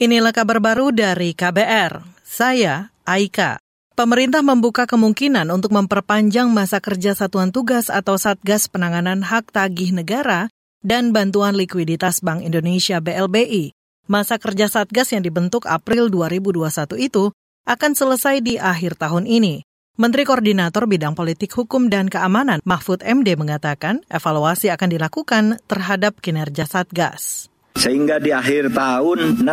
Inilah kabar baru dari KBR. Saya, Aika. Pemerintah membuka kemungkinan untuk memperpanjang masa kerja Satuan Tugas atau Satgas Penanganan Hak Tagih Negara dan Bantuan Likuiditas Bank Indonesia BLBI. Masa kerja Satgas yang dibentuk April 2021 itu akan selesai di akhir tahun ini. Menteri Koordinator Bidang Politik Hukum dan Keamanan Mahfud MD mengatakan evaluasi akan dilakukan terhadap kinerja Satgas. Sehingga di akhir tahun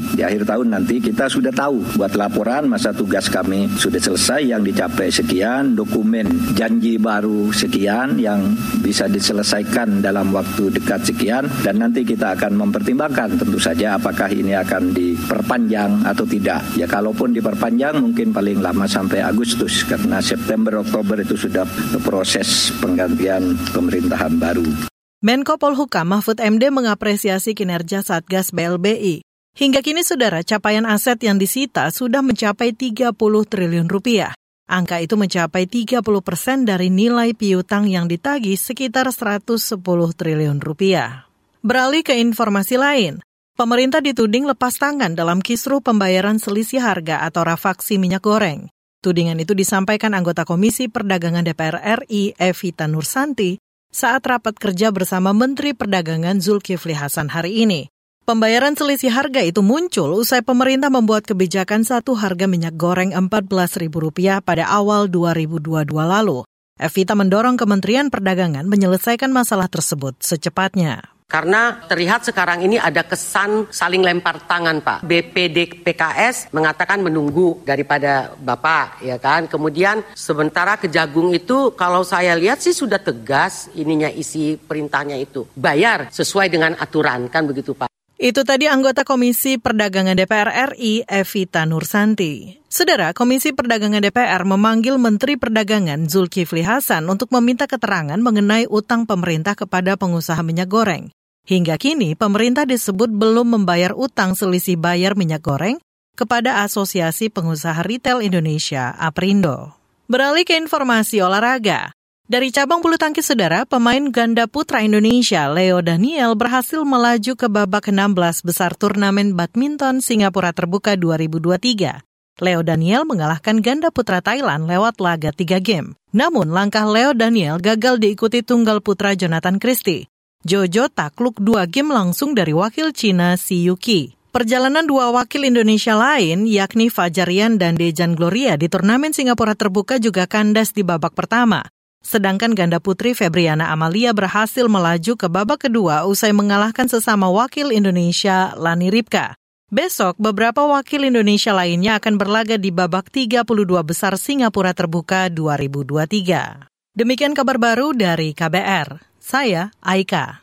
nanti kita sudah tahu buat laporan masa tugas kami sudah selesai yang dicapai sekian, dokumen janji baru sekian yang bisa diselesaikan dalam waktu dekat sekian, dan nanti kita akan mempertimbangkan tentu saja apakah ini akan diperpanjang atau tidak. Ya kalaupun diperpanjang mungkin paling lama sampai Agustus karena September Oktober itu sudah proses penggantian pemerintahan baru. Menko Polhukam Mahfud MD mengapresiasi kinerja Satgas BLBI. Hingga kini, saudara, capaian aset yang disita sudah mencapai 30 triliun rupiah. Angka itu mencapai 30% dari nilai piutang yang ditagih sekitar 110 triliun rupiah. Beralih ke informasi lain, pemerintah dituding lepas tangan dalam kisruh pembayaran selisih harga atau rafaksi minyak goreng. Tudingan itu disampaikan anggota Komisi Perdagangan DPR RI Evita Nursanti saat rapat kerja bersama Menteri Perdagangan Zulkifli Hasan hari ini. Pembayaran selisih harga itu muncul usai pemerintah membuat kebijakan satu harga minyak goreng Rp14.000 pada awal 2022 lalu. Evita mendorong Kementerian Perdagangan menyelesaikan masalah tersebut secepatnya. Karena terlihat sekarang ini ada kesan saling lempar tangan, Pak. BPD PKS mengatakan menunggu daripada Bapak, ya kan. Kemudian sementara Kejagung itu kalau saya lihat sih sudah tegas isi perintahnya itu. Bayar sesuai dengan aturan, kan begitu, Pak. Itu tadi anggota Komisi Perdagangan DPR RI Evita Nursanti. Saudara, Komisi Perdagangan DPR memanggil Menteri Perdagangan Zulkifli Hasan untuk meminta keterangan mengenai utang pemerintah kepada pengusaha minyak goreng. Hingga kini, pemerintah disebut belum membayar utang selisih bayar minyak goreng kepada Asosiasi Pengusaha Retail Indonesia, APRindo. Beralih ke informasi olahraga. Dari cabang bulu tangkis, saudara, pemain ganda putra Indonesia, Leo Daniel, berhasil melaju ke babak 16 besar turnamen badminton Singapura Terbuka 2023. Leo Daniel mengalahkan ganda putra Thailand lewat laga 3 game. Namun, langkah Leo Daniel gagal diikuti tunggal putra Jonathan Christie. Jojo takluk 2 game langsung dari wakil Cina Si Yuki. Perjalanan 2 wakil Indonesia lain, yakni Fajarian dan Dejan Gloria di turnamen Singapura Terbuka juga kandas di babak pertama. Sedangkan ganda putri Febriana Amalia berhasil melaju ke babak kedua usai mengalahkan sesama wakil Indonesia Lani Ripka. Besok, beberapa wakil Indonesia lainnya akan berlaga di babak 32 besar Singapura Terbuka 2023. Demikian kabar baru dari KBR. Saya, Aika.